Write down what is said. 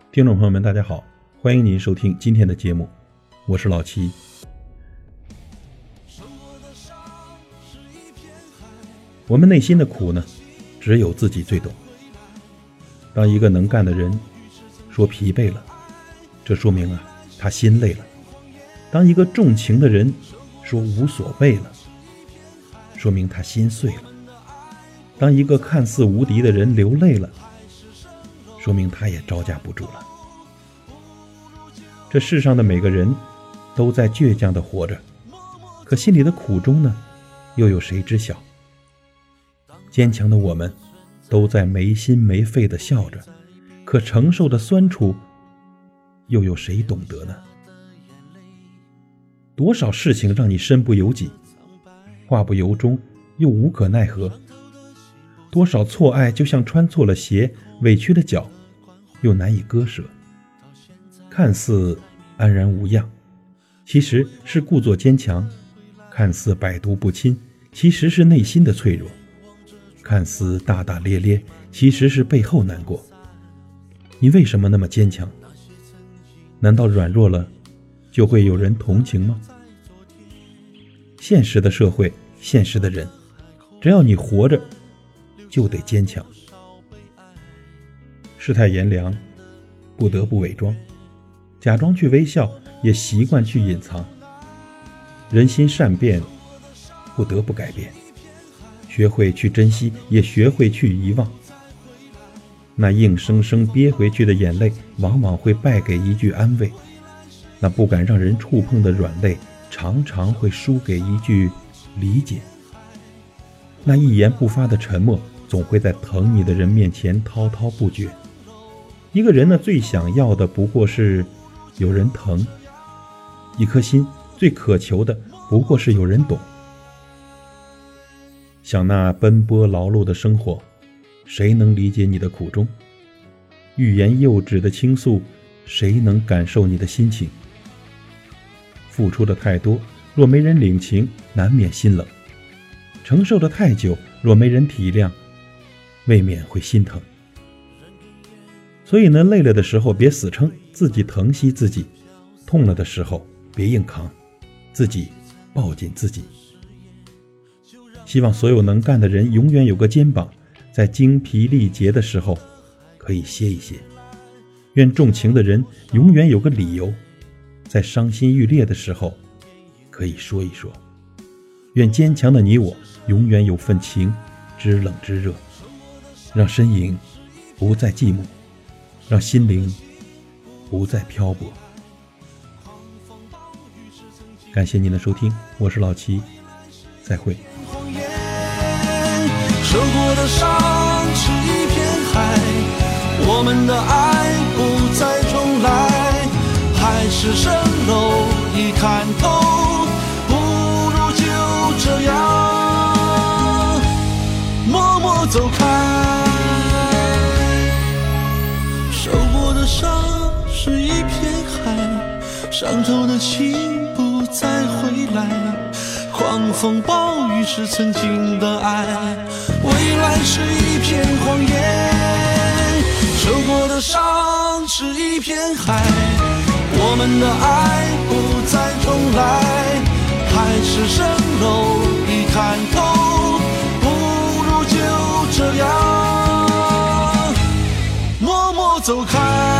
听众朋友们大家好，欢迎您收听今天的节目，我是老七。我们内心的苦呢，只有自己最懂。当一个能干的人说疲惫了，这说明他心累了。当一个重情的人说无所谓了，说明他心碎了。当一个看似无敌的人流泪了，说明他也招架不住了。这世上的每个人都在倔强地活着，可心里的苦衷呢，又有谁知晓？坚强的我们都在没心没肺地笑着，可承受的酸楚又有谁懂得呢？多少事情让你身不由己，话不由衷，又无可奈何。多少错爱就像穿错了鞋，委屈的脚又难以割舍。看似安然无恙，其实是故作坚强；看似百毒不侵，其实是内心的脆弱；看似大大咧咧，其实是背后难过。你为什么那么坚强？难道软弱了就会有人同情吗？现实的社会，现实的人，只要你活着就得坚强。世态炎凉，不得不伪装，假装去微笑，也习惯去隐藏。人心善变，不得不改变，学会去珍惜，也学会去遗忘。那硬生生憋回去的眼泪，往往会败给一句安慰；那不敢让人触碰的软肋，常常会输给一句理解。那一言不发的沉默，总会在疼你的人面前滔滔不绝。一个人呢，最想要的不过是有人疼，一颗心最渴求的不过是有人懂。想那奔波劳碌的生活，谁能理解你的苦衷？欲言又止的倾诉，谁能感受你的心情？付出的太多，若没人领情，难免心冷；承受的太久，若没人体谅，未免会心疼。所以呢，累了的时候别死撑，自己疼惜自己；痛了的时候别硬扛，自己抱紧自己。希望所有能干的人永远有个肩膀，在精疲力竭的时候可以歇一歇。愿重情的人永远有个理由，在伤心欲裂的时候可以说一说。愿坚强的你我永远有份情，知冷知热，让身影不再寂寞，让心灵不再漂泊。感谢您的收听，我是老齐，再会。 受过的伤是一片海，我们的爱不再重来，海市蜃楼已看透，不如就这样默默走开。受过的伤是一片海，伤透的情不再回来，狂风暴雨是曾经的爱，未来是一片谎言。受过的伤是一片海，我们的爱不再重来，海市蜃楼已看透，不如就这样默默走开。